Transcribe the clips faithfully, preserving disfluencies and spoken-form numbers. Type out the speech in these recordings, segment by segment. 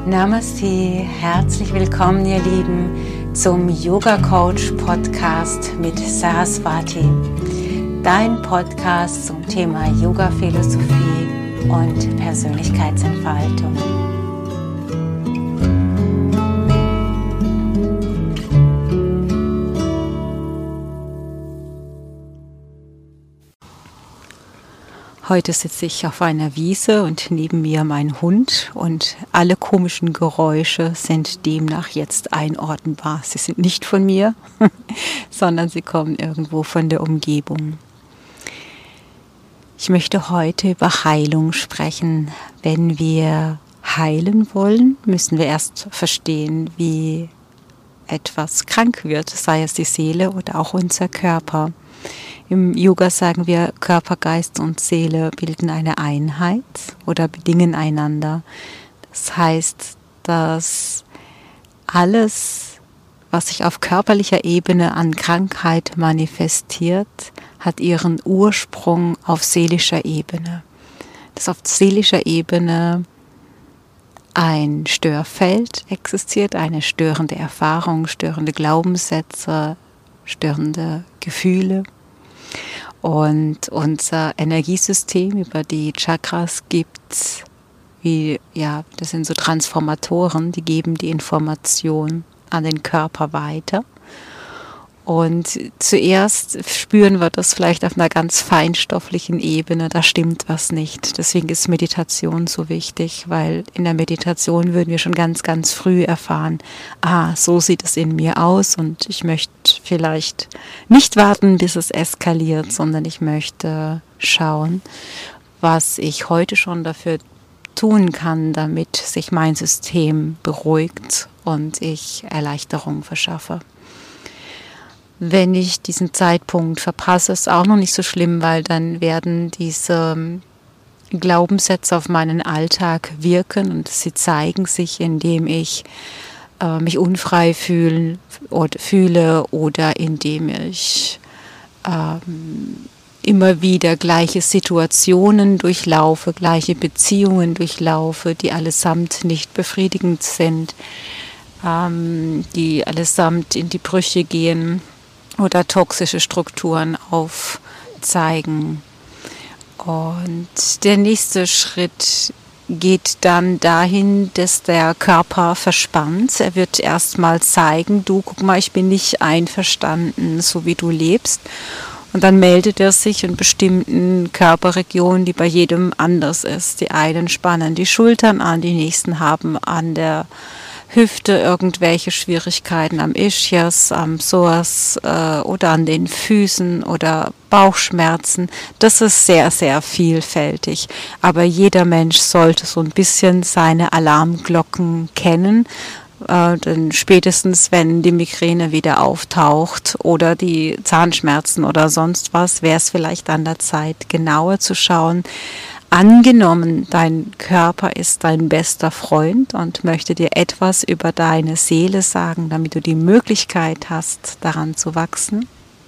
Namaste, herzlich willkommen ihr Lieben zum Yoga Coach Podcast mit Saraswati, dein Podcast zum Thema Yoga Philosophie und Persönlichkeitsentfaltung. Heute sitze ich auf einer Wiese und neben mir mein Hund und alle komischen Geräusche sind demnach jetzt einordnbar. Sie sind nicht von mir, sondern sie kommen irgendwo von der Umgebung. Ich möchte heute über Heilung sprechen. Wenn wir heilen wollen, müssen wir erst verstehen, wie etwas krank wird, sei es die Seele oder auch unser Körper. Im Yoga sagen wir, Körper, Geist und Seele bilden eine Einheit oder bedingen einander. Das heißt, dass alles, was sich auf körperlicher Ebene an Krankheit manifestiert, hat ihren Ursprung auf seelischer Ebene. Dass auf seelischer Ebene ein Störfeld existiert, eine störende Erfahrung, störende Glaubenssätze, störende Gefühle. Und unser Energiesystem über die Chakras gibt, wie, ja, das sind so Transformatoren, die geben die Information an den Körper weiter. Und zuerst spüren wir das vielleicht auf einer ganz feinstofflichen Ebene, da stimmt was nicht. Deswegen ist Meditation so wichtig, weil in der Meditation würden wir schon ganz, ganz früh erfahren, ah, so sieht es in mir aus und ich möchte vielleicht nicht warten, bis es eskaliert, sondern ich möchte schauen, was ich heute schon dafür tun kann, damit sich mein System beruhigt und ich Erleichterung verschaffe. Wenn ich diesen Zeitpunkt verpasse, ist auch noch nicht so schlimm, weil dann werden diese Glaubenssätze auf meinen Alltag wirken und sie zeigen sich, indem ich äh, mich unfrei fühl, oder, fühle oder indem ich ähm, immer wieder gleiche Situationen durchlaufe, gleiche Beziehungen durchlaufe, die allesamt nicht befriedigend sind, ähm, die allesamt in die Brüche gehen oder toxische Strukturen aufzeigen. Und der nächste Schritt geht dann dahin, dass der Körper verspannt. Er wird erstmal zeigen, du, guck mal, ich bin nicht einverstanden, so wie du lebst. Und dann meldet er sich in bestimmten Körperregionen, die bei jedem anders ist. Die einen spannen die Schultern an, die nächsten haben an der Hüfte irgendwelche Schwierigkeiten am Ischias, am Psoas äh, oder an den Füßen oder Bauchschmerzen. Das ist sehr, sehr vielfältig. Aber jeder Mensch sollte so ein bisschen seine Alarmglocken kennen. Äh, denn spätestens, wenn die Migräne wieder auftaucht oder die Zahnschmerzen oder sonst was, wäre es vielleicht an der Zeit, genauer zu schauen. Angenommen, dein Körper ist dein bester Freund und möchte dir etwas über deine Seele sagen, damit du die Möglichkeit hast, daran zu wachsen.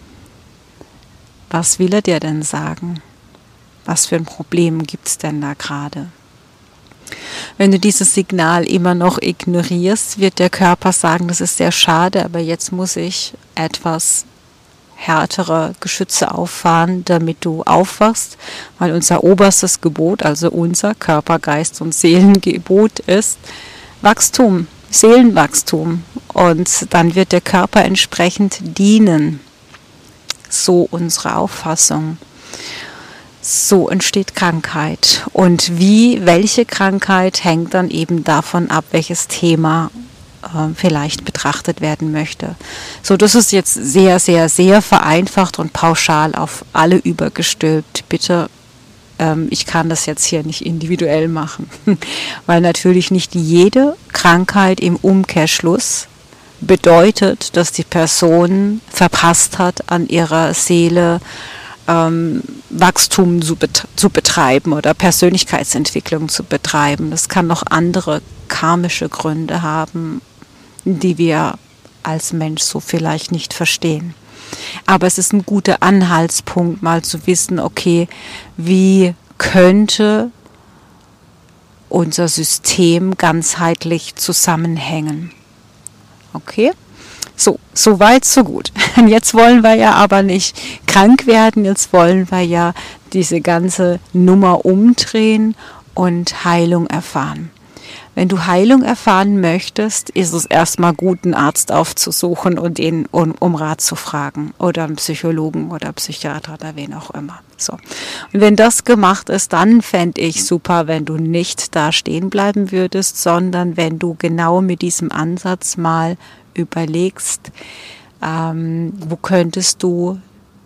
Was will er dir denn sagen? Was für ein Problem gibt es denn da gerade? Wenn du dieses Signal immer noch ignorierst, wird der Körper sagen, das ist sehr schade, aber jetzt muss ich etwas härtere Geschütze auffahren, damit du aufwachst, weil unser oberstes Gebot, also unser Körper-, Geist- und Seelengebot ist Wachstum, Seelenwachstum. Und dann wird der Körper entsprechend dienen. So unsere Auffassung. So entsteht Krankheit. Und wie, welche Krankheit hängt dann eben davon ab, welches Thema vielleicht betrachtet werden möchte. So, das ist jetzt sehr, sehr, sehr vereinfacht und pauschal auf alle übergestülpt. Bitte, ähm, ich kann das jetzt hier nicht individuell machen, weil natürlich nicht jede Krankheit im Umkehrschluss bedeutet, dass die Person verpasst hat, an ihrer Seele ähm, Wachstum zu, bet- zu betreiben oder Persönlichkeitsentwicklung zu betreiben. Das kann noch andere karmische Gründe haben, die wir als Mensch so vielleicht nicht verstehen. Aber es ist ein guter Anhaltspunkt, mal zu wissen, okay, wie könnte unser System ganzheitlich zusammenhängen. Okay? So, so weit, so gut. Und jetzt wollen wir ja aber nicht krank werden, jetzt wollen wir ja diese ganze Nummer umdrehen und Heilung erfahren. Wenn du Heilung erfahren möchtest, ist es erstmal gut, einen Arzt aufzusuchen und ihn um, um Rat zu fragen oder einen Psychologen oder Psychiater oder wen auch immer. So. Und wenn das gemacht ist, dann fände ich super, wenn du nicht da stehen bleiben würdest, sondern wenn du genau mit diesem Ansatz mal überlegst, ähm, wo könntest du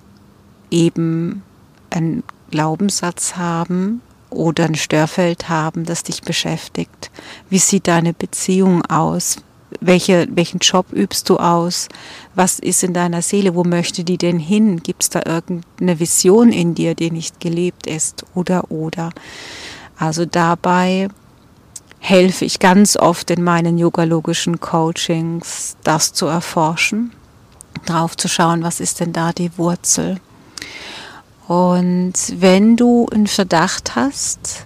eben einen Glaubenssatz haben oder ein Störfeld haben, das dich beschäftigt. Wie sieht deine Beziehung aus? Welche, welchen Job übst du aus? Was ist in deiner Seele? Wo möchte die denn hin? Gibt es da irgendeine Vision in dir, die nicht gelebt ist? Oder, oder. Also dabei helfe ich ganz oft in meinen yogalogischen Coachings, das zu erforschen, drauf zu schauen, was ist denn da die Wurzel. Und wenn du einen Verdacht hast,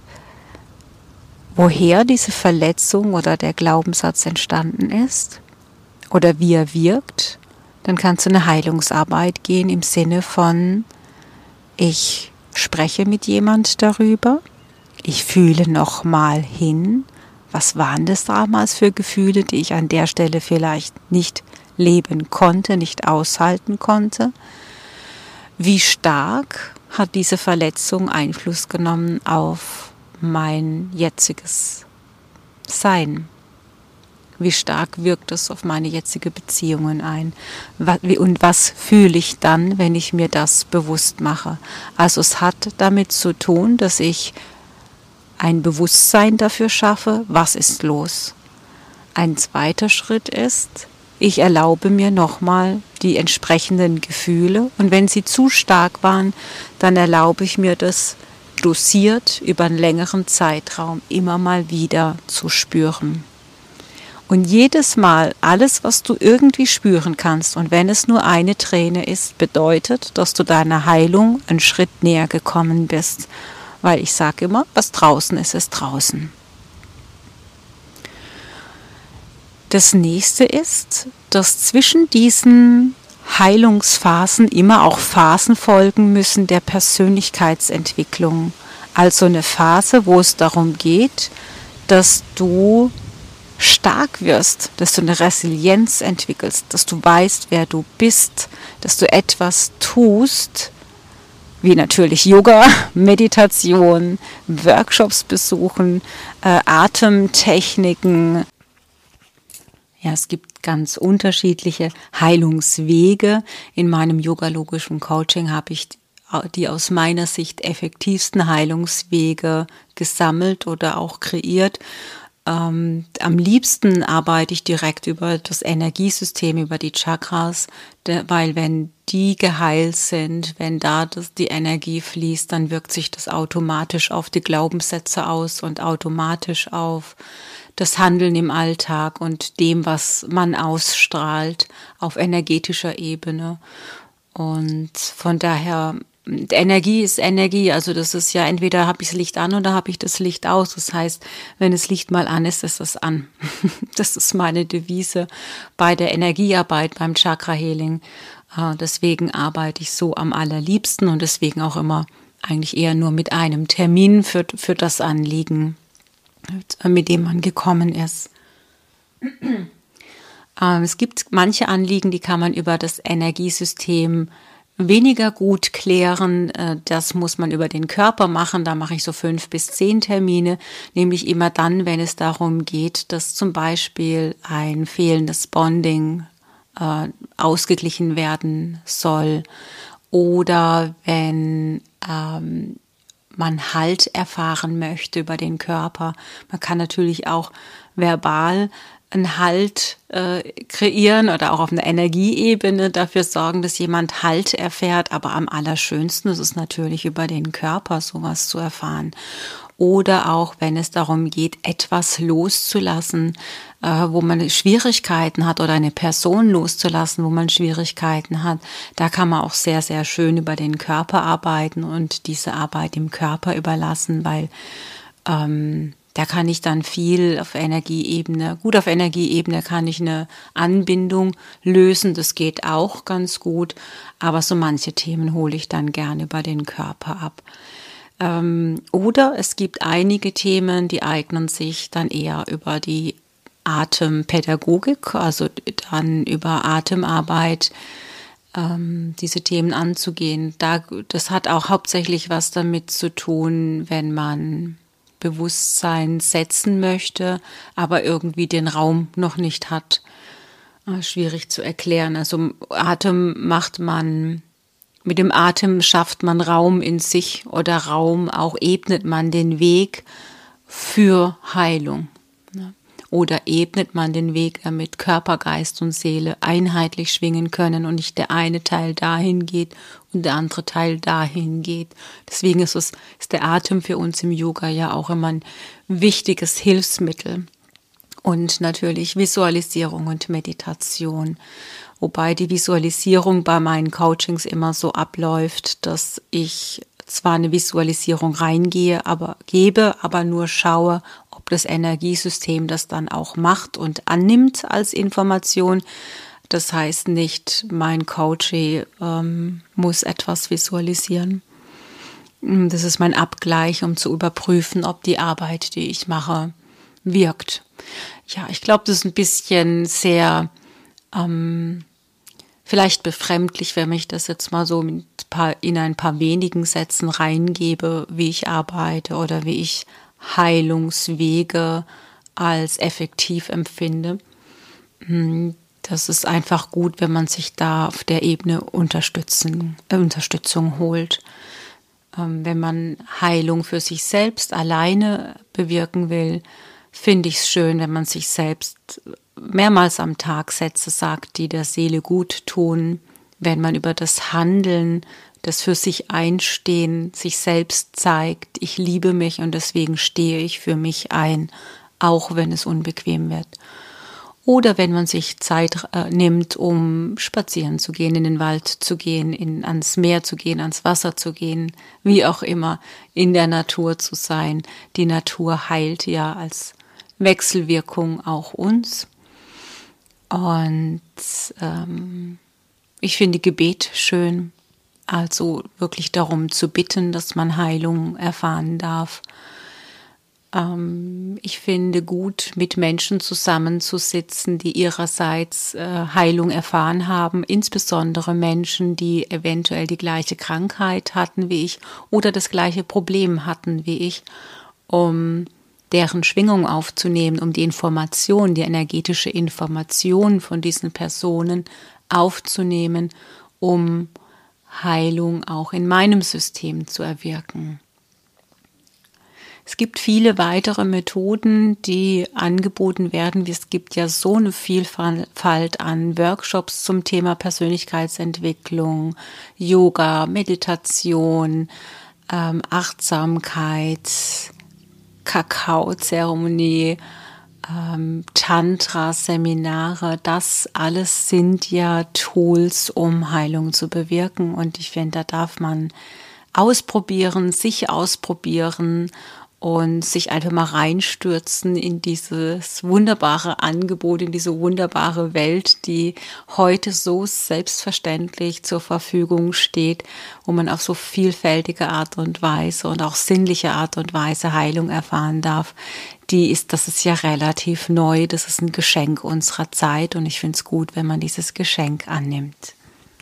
woher diese Verletzung oder der Glaubenssatz entstanden ist oder wie er wirkt, dann kannst du eine Heilungsarbeit gehen im Sinne von, ich spreche mit jemand darüber, ich fühle nochmal hin, was waren das damals für Gefühle, die ich an der Stelle vielleicht nicht leben konnte, nicht aushalten konnte. Wie stark hat diese Verletzung Einfluss genommen auf mein jetziges Sein? Wie stark wirkt es auf meine jetzige Beziehungen ein? Und was fühle ich dann, wenn ich mir das bewusst mache? Also es hat damit zu tun, dass ich ein Bewusstsein dafür schaffe, was ist los. Ein zweiter Schritt ist, ich erlaube mir nochmal die entsprechenden Gefühle und wenn sie zu stark waren, dann erlaube ich mir das dosiert über einen längeren Zeitraum immer mal wieder zu spüren. Und jedes Mal, alles, was du irgendwie spüren kannst, und wenn es nur eine Träne ist, bedeutet, dass du deiner Heilung einen Schritt näher gekommen bist. Weil ich sage immer, was draußen ist, ist draußen. Das nächste ist, dass zwischen diesen Heilungsphasen immer auch Phasen folgen müssen der Persönlichkeitsentwicklung. Also eine Phase, wo es darum geht, dass du stark wirst, dass du eine Resilienz entwickelst, dass du weißt, wer du bist, dass du etwas tust, wie natürlich Yoga, Meditation, Workshops besuchen, äh, Atemtechniken. Ja, es gibt ganz unterschiedliche Heilungswege. In meinem yogalogischen Coaching habe ich die aus meiner Sicht effektivsten Heilungswege gesammelt oder auch kreiert. Ähm, am liebsten arbeite ich direkt über das Energiesystem, über die Chakras, de, weil wenn die geheilt sind, wenn da das, die Energie fließt, dann wirkt sich das automatisch auf die Glaubenssätze aus und automatisch auf das Handeln im Alltag und dem, was man ausstrahlt auf energetischer Ebene. Und von daher, Energie ist Energie, also das ist ja, entweder habe ich das Licht an oder habe ich das Licht aus. Das heißt, wenn das Licht mal an ist, ist es an. Das ist meine Devise bei der Energiearbeit, beim Chakra-Healing. Deswegen arbeite ich so am allerliebsten und deswegen auch immer eigentlich eher nur mit einem Termin für, für das Anliegen, mit dem man gekommen ist. Es gibt manche Anliegen, die kann man über das Energiesystem weniger gut klären. Das muss man über den Körper machen. Da mache ich so fünf bis zehn Termine, nämlich immer dann, wenn es darum geht, dass zum Beispiel ein fehlendes Bonding äh, ausgeglichen werden soll oder wenn ähm, man Halt erfahren möchte über den Körper. Man kann natürlich auch verbal einen Halt äh, kreieren oder auch auf einer Energieebene dafür sorgen, dass jemand Halt erfährt. Aber am allerschönsten ist es natürlich über den Körper sowas zu erfahren. Oder auch, wenn es darum geht, etwas loszulassen, äh, wo man Schwierigkeiten hat oder eine Person loszulassen, wo man Schwierigkeiten hat. Da kann man auch sehr, sehr schön über den Körper arbeiten und diese Arbeit im Körper überlassen, weil ähm, Da kann ich dann viel auf Energieebene, gut auf Energieebene kann ich eine Anbindung lösen, das geht auch ganz gut, aber so manche Themen hole ich dann gerne über den Körper ab. Ähm, oder es gibt einige Themen, die eignen sich dann eher über die Atempädagogik, also dann über Atemarbeit, ähm, diese Themen anzugehen. Da, das hat auch hauptsächlich was damit zu tun, wenn man Bewusstsein setzen möchte, aber irgendwie den Raum noch nicht hat. Schwierig zu erklären. Also Atem macht man, mit dem Atem schafft man Raum in sich oder Raum, auch ebnet man den Weg für Heilung. Oder ebnet man den Weg, damit Körper, Geist und Seele einheitlich schwingen können und nicht der eine Teil dahin geht und der andere Teil dahin geht. Deswegen ist, es, ist der Atem für uns im Yoga ja auch immer ein wichtiges Hilfsmittel. Und natürlich Visualisierung und Meditation. Wobei die Visualisierung bei meinen Coachings immer so abläuft, dass ich zwar eine Visualisierung reingehe, aber gebe, aber nur schaue, ob das Energiesystem das dann auch macht und annimmt als Information. Das heißt nicht, mein Coachee ähm, muss etwas visualisieren. Das ist mein Abgleich, um zu überprüfen, ob die Arbeit, die ich mache, wirkt. Ja, ich glaube, das ist ein bisschen sehr ähm, vielleicht befremdlich, wenn ich das jetzt mal so in ein paar, in ein paar wenigen Sätzen reingebe, wie ich arbeite oder wie ich Heilungswege als effektiv empfinde. Das ist einfach gut, wenn man sich da auf der Ebene Unterstützen, äh, Unterstützung holt. Ähm, wenn man Heilung für sich selbst alleine bewirken will, finde ich es schön, wenn man sich selbst mehrmals am Tag Sätze sagt, die der Seele gut tun, wenn man über das Handeln, das für sich Einstehen, sich selbst zeigt, ich liebe mich und deswegen stehe ich für mich ein, auch wenn es unbequem wird. Oder wenn man sich Zeit äh, nimmt, um spazieren zu gehen, in den Wald zu gehen, in, ans Meer zu gehen, ans Wasser zu gehen, wie auch immer, in der Natur zu sein. Die Natur heilt ja als Wechselwirkung auch uns. Und ähm, ich finde Gebet schön, also wirklich darum zu bitten, dass man Heilung erfahren darf. Ähm, ich finde gut, mit Menschen zusammenzusitzen, die ihrerseits äh, Heilung erfahren haben, insbesondere Menschen, die eventuell die gleiche Krankheit hatten wie ich oder das gleiche Problem hatten wie ich, um deren Schwingung aufzunehmen, um die Information, die energetische Information von diesen Personen aufzunehmen, um Heilung auch in meinem System zu erwirken. Es gibt viele weitere Methoden, die angeboten werden. Es gibt ja so eine Vielfalt an Workshops zum Thema Persönlichkeitsentwicklung, Yoga, Meditation, ähm, Achtsamkeit, Kakaozeremonie, ähm, Tantra-Seminare, das alles sind ja Tools, um Heilung zu bewirken. Und ich finde, da darf man ausprobieren, sich ausprobieren und sich einfach mal reinstürzen in dieses wunderbare Angebot, in diese wunderbare Welt, die heute so selbstverständlich zur Verfügung steht, wo man auf so vielfältige Art und Weise und auch sinnliche Art und Weise Heilung erfahren darf. Die ist, das ist ja relativ neu, das ist ein Geschenk unserer Zeit und ich finde es gut, wenn man dieses Geschenk annimmt.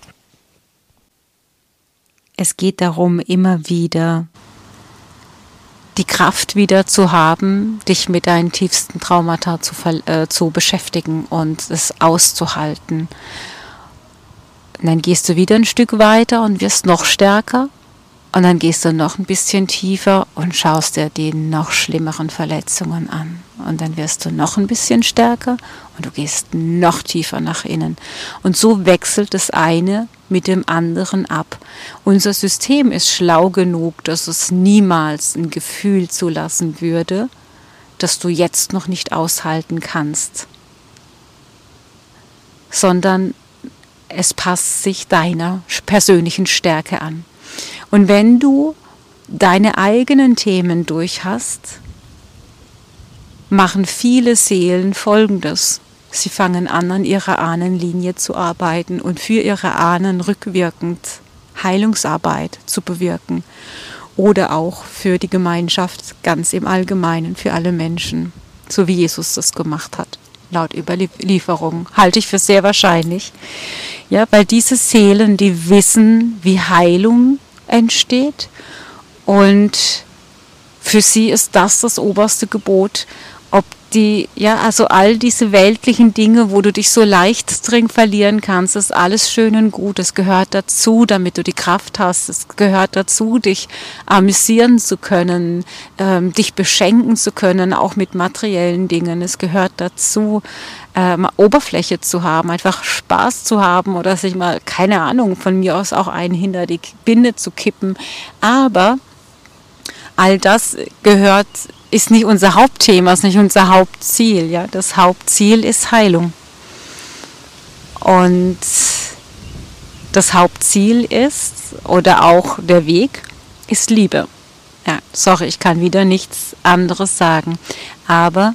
Es geht darum, immer wieder die Kraft wieder zu haben, dich mit deinen tiefsten Traumata zu, äh, zu beschäftigen und es auszuhalten. Und dann gehst du wieder ein Stück weiter und wirst noch stärker und dann gehst du noch ein bisschen tiefer und schaust dir die noch schlimmeren Verletzungen an. Und dann wirst du noch ein bisschen stärker und du gehst noch tiefer nach innen. Und so wechselt das eine mit dem anderen ab. Unser System ist schlau genug, dass es niemals ein Gefühl zulassen würde, das du jetzt noch nicht aushalten kannst, sondern es passt sich deiner persönlichen Stärke an. Und wenn du deine eigenen Themen durch hast, machen viele Seelen Folgendes. Sie fangen an, an ihrer Ahnenlinie zu arbeiten und für ihre Ahnen rückwirkend Heilungsarbeit zu bewirken oder auch für die Gemeinschaft ganz im Allgemeinen, für alle Menschen, so wie Jesus das gemacht hat, laut Überlieferung. Halte ich für sehr wahrscheinlich, ja, weil diese Seelen, die wissen, wie Heilung entsteht und für sie ist das das oberste Gebot, ob die, ja, also all diese weltlichen Dinge, wo du dich so leicht drin verlieren kannst, ist alles schön und gut. Es gehört dazu, damit du die Kraft hast. Es gehört dazu, dich amüsieren zu können, ähm, dich beschenken zu können, auch mit materiellen Dingen. Es gehört dazu, ähm, Oberfläche zu haben, einfach Spaß zu haben oder sich mal, keine Ahnung, von mir aus auch einen hinter die Binde zu kippen. Aber all das gehört, ist nicht unser Hauptthema, ist nicht unser Hauptziel. Ja? Das Hauptziel ist Heilung. Und das Hauptziel ist, oder auch der Weg, ist Liebe. Ja, sorry, ich kann wieder nichts anderes sagen. Aber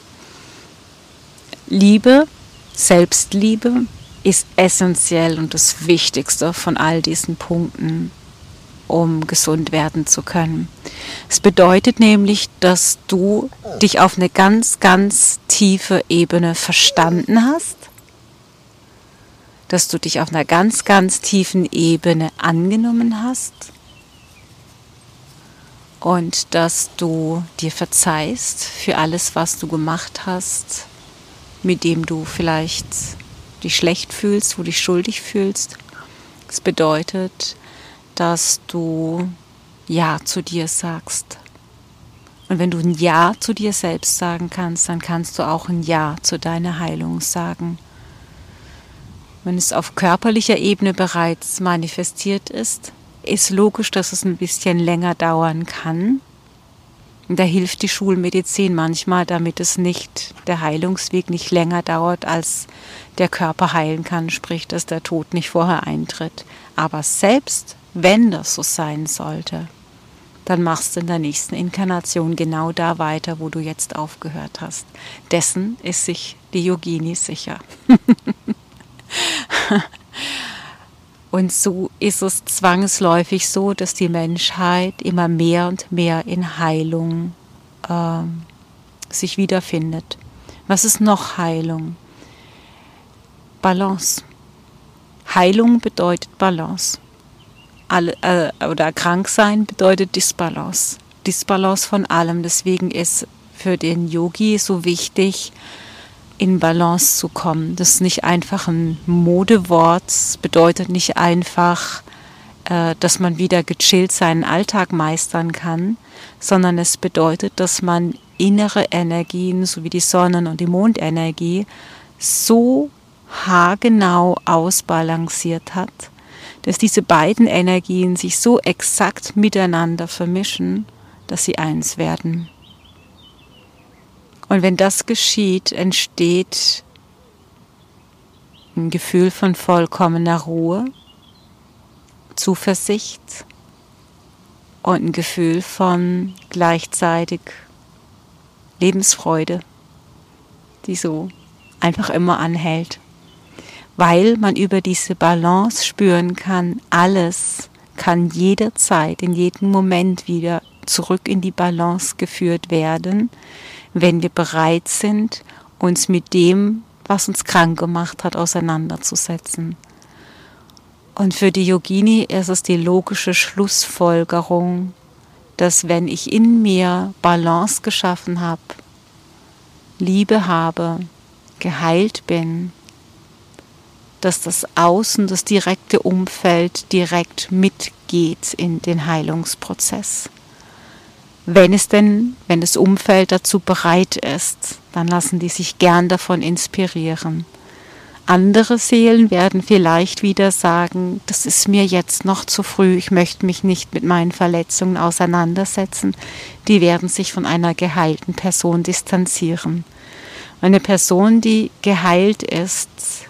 Liebe, Selbstliebe ist essentiell und das Wichtigste von all diesen Punkten, um gesund werden zu können. Es bedeutet nämlich, dass du dich auf eine ganz, ganz tiefe Ebene verstanden hast, dass du dich auf einer ganz, ganz tiefen Ebene angenommen hast und dass du dir verzeihst für alles, was du gemacht hast, mit dem du vielleicht dich schlecht fühlst, wo du dich schuldig fühlst. Es bedeutet, dass du Ja zu dir sagst. Und wenn du ein Ja zu dir selbst sagen kannst, dann kannst du auch ein Ja zu deiner Heilung sagen. Wenn es auf körperlicher Ebene bereits manifestiert ist, ist logisch, dass es ein bisschen länger dauern kann. Und da hilft die Schulmedizin manchmal, damit es nicht, der Heilungsweg nicht länger dauert, als der Körper heilen kann, sprich, dass der Tod nicht vorher eintritt. Aber selbst wenn das so sein sollte, dann machst du in der nächsten Inkarnation genau da weiter, wo du jetzt aufgehört hast. Dessen ist sich die Yogini sicher. Und so ist es zwangsläufig so, dass die Menschheit immer mehr und mehr in Heilung äh, sich wiederfindet. Was ist noch Heilung? Balance. Heilung bedeutet Balance. Alle, äh, oder krank sein bedeutet Disbalance. Disbalance von allem. Deswegen ist für den Yogi so wichtig, in Balance zu kommen. Das ist nicht einfach ein Modewort. Es bedeutet nicht einfach, äh, dass man wieder gechillt seinen Alltag meistern kann, sondern es bedeutet, dass man innere Energien, so wie die Sonnen- und die Mondenergie, so haargenau ausbalanciert hat, dass diese beiden Energien sich so exakt miteinander vermischen, dass sie eins werden. Und wenn das geschieht, entsteht ein Gefühl von vollkommener Ruhe, Zuversicht und ein Gefühl von gleichzeitig Lebensfreude, die so einfach immer anhält. Weil man über diese Balance spüren kann, alles kann jederzeit, in jedem Moment wieder zurück in die Balance geführt werden, wenn wir bereit sind, uns mit dem, was uns krank gemacht hat, auseinanderzusetzen. Und für die Yogini ist es die logische Schlussfolgerung, dass wenn ich in mir Balance geschaffen habe, Liebe habe, geheilt bin, dass das Außen, das direkte Umfeld direkt mitgeht in den Heilungsprozess. Wenn es denn, wenn das Umfeld dazu bereit ist, dann lassen die sich gern davon inspirieren. Andere Seelen werden vielleicht wieder sagen, das ist mir jetzt noch zu früh, ich möchte mich nicht mit meinen Verletzungen auseinandersetzen. Die werden sich von einer geheilten Person distanzieren. Eine Person, die geheilt ist,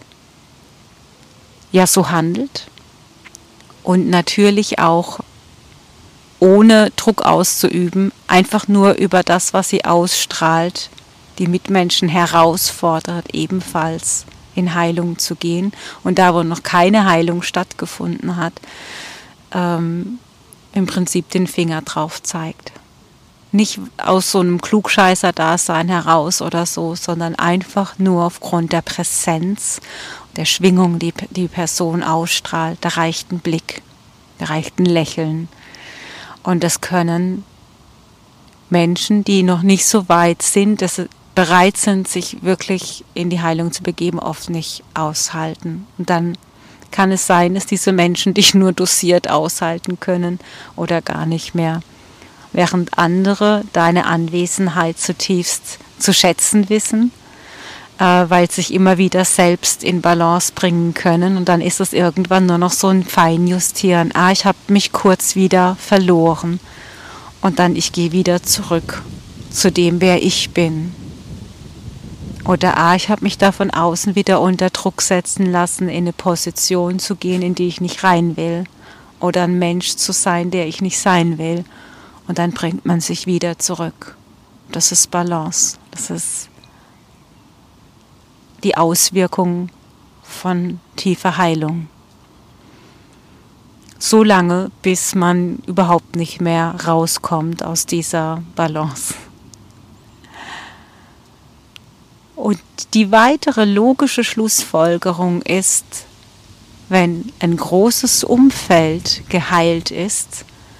ja so handelt und natürlich auch ohne Druck auszuüben, einfach nur über das, was sie ausstrahlt, die Mitmenschen herausfordert, ebenfalls in Heilung zu gehen. Und da, wo noch keine Heilung stattgefunden hat, ähm, im Prinzip den Finger drauf zeigt. Nicht aus so einem Klugscheißer-Dasein heraus oder so, sondern einfach nur aufgrund der Präsenz, der Schwingung, die die Person ausstrahlt. Da reicht ein Blick, da reicht ein Lächeln. Und das können Menschen, die noch nicht so weit sind, dass sie bereit sind, sich wirklich in die Heilung zu begeben, oft nicht aushalten. Und dann kann es sein, dass diese Menschen dich nur dosiert aushalten können oder gar nicht mehr. Während andere deine Anwesenheit zutiefst zu schätzen wissen, äh, weil sie sich immer wieder selbst in Balance bringen können. Und dann ist es irgendwann nur noch so ein Feinjustieren. Ah, ich habe mich kurz wieder verloren. Und dann ich gehe wieder zurück zu dem, wer ich bin. Oder ah, ich habe mich da von außen wieder unter Druck setzen lassen, in eine Position zu gehen, in die ich nicht rein will. Oder ein Mensch zu sein, der ich nicht sein will. Und dann bringt man sich wieder zurück. Das ist Balance. Das ist die Auswirkung von tiefer Heilung. So lange, bis man überhaupt nicht mehr rauskommt aus dieser Balance. Und die weitere logische Schlussfolgerung ist, wenn ein großes Umfeld geheilt ist,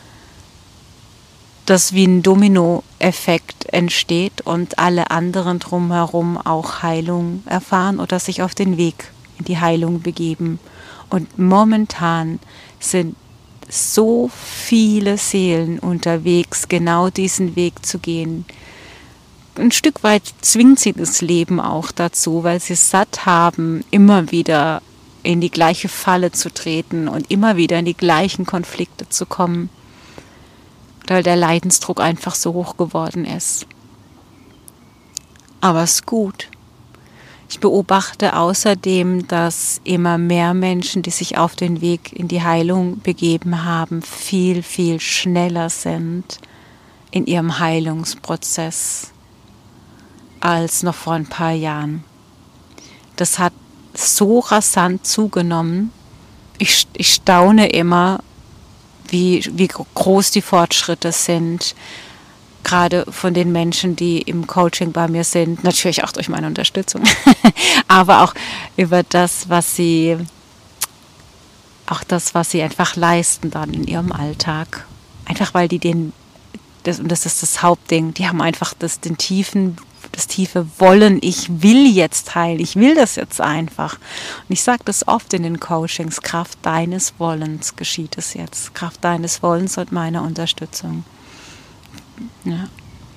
dass wie ein Dominoeffekt entsteht und alle anderen drumherum auch Heilung erfahren oder sich auf den Weg in die Heilung begeben. Und momentan sind so viele Seelen unterwegs, genau diesen Weg zu gehen. Ein Stück weit zwingt sie das Leben auch dazu, weil sie es satt haben, immer wieder in die gleiche Falle zu treten und immer wieder in die gleichen Konflikte zu kommen, weil der Leidensdruck einfach so hoch geworden ist. Aber es ist gut. Ich beobachte außerdem, dass immer mehr Menschen, die sich auf den Weg in die Heilung begeben haben, viel, viel schneller sind in ihrem Heilungsprozess als noch vor ein paar Jahren. Das hat so rasant zugenommen. Ich, ich staune immer, wie, wie groß die Fortschritte sind, gerade von den Menschen, die im Coaching bei mir sind, natürlich auch durch meine Unterstützung, aber auch über das, was sie, auch das, was sie einfach leisten dann in ihrem Alltag. Einfach weil die den, das, und das ist das Hauptding, die haben einfach das, den tiefen, das tiefe Wollen, ich will jetzt heilen, ich will das jetzt einfach. Und ich sage das oft in den Coachings, Kraft deines Wollens geschieht es jetzt, Kraft deines Wollens und meiner Unterstützung. Ja.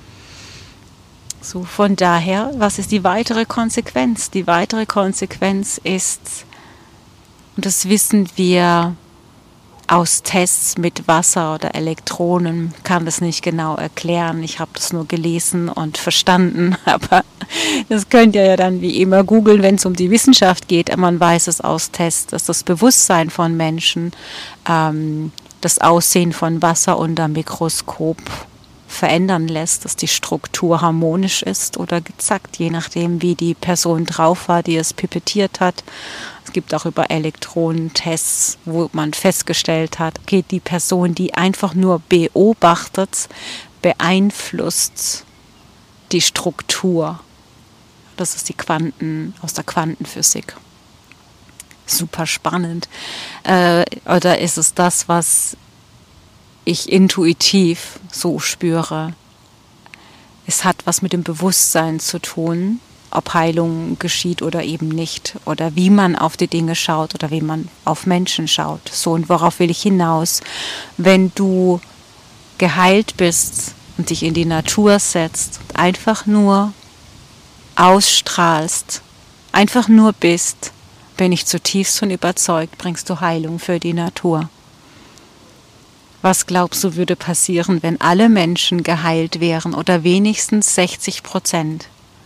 So, von daher, was ist die weitere Konsequenz? Die weitere Konsequenz ist, und das wissen wir aus Tests mit Wasser oder Elektronen, kann das nicht genau erklären. Ich habe das nur gelesen und verstanden, aber das könnt ihr ja dann wie immer googeln, wenn es um die Wissenschaft geht. Man weiß es aus Tests, dass das Bewusstsein von Menschen, ähm, das Aussehen von Wasser unter Mikroskop verändern lässt, dass die Struktur harmonisch ist oder gezackt, je nachdem, wie die Person drauf war, die es pipettiert hat. Es gibt auch über Elektronentests, wo man festgestellt hat, okay, die Person, die einfach nur beobachtet, beeinflusst die Struktur. Das ist die Quanten, aus der Quantenphysik. Super spannend. Äh, oder ist es das, was ich intuitiv so spüre? Es hat was mit dem Bewusstsein zu tun, ob Heilung geschieht oder eben nicht, oder wie man auf die Dinge schaut oder wie man auf Menschen schaut. So, und worauf will ich hinaus? Wenn du geheilt bist und dich in die Natur setzt, einfach nur ausstrahlst, einfach nur bist, bin ich zutiefst von überzeugt, bringst du Heilung für die Natur. Was glaubst du, würde passieren, wenn alle Menschen geheilt wären oder wenigstens sechzig Prozent?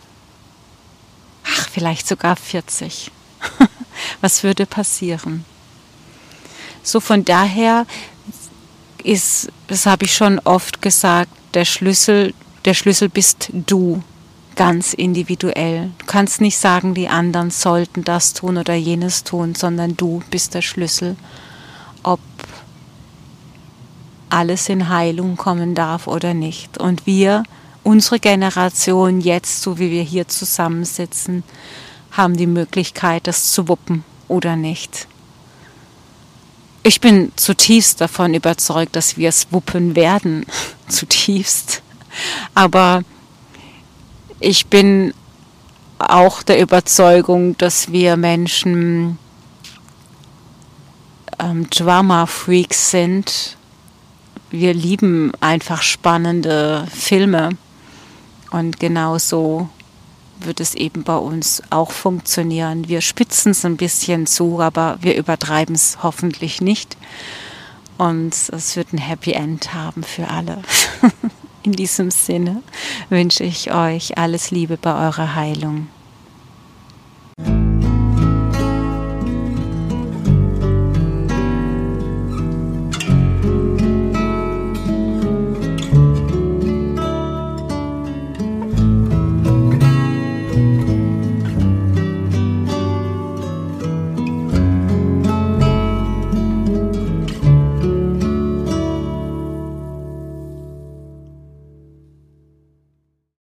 Ach, vielleicht sogar vierzig. Was würde passieren? So, von daher ist, das habe ich schon oft gesagt, der Schlüssel, der Schlüssel bist du. ganz individuell. Du kannst nicht sagen, die anderen sollten das tun oder jenes tun, sondern du bist der Schlüssel, ob alles in Heilung kommen darf oder nicht. Und wir, unsere Generation jetzt, so wie wir hier zusammensitzen, haben die Möglichkeit, das zu wuppen oder nicht. Ich bin zutiefst davon überzeugt, dass wir es wuppen werden, zutiefst. Aber ich bin auch der Überzeugung, dass wir Menschen ähm, Drama-Freaks sind. Wir lieben einfach spannende Filme und genau so wird es eben bei uns auch funktionieren. Wir spitzen es ein bisschen zu, aber wir übertreiben es hoffentlich nicht und es wird ein Happy End haben für alle. In diesem Sinne wünsche ich euch alles Liebe bei eurer Heilung.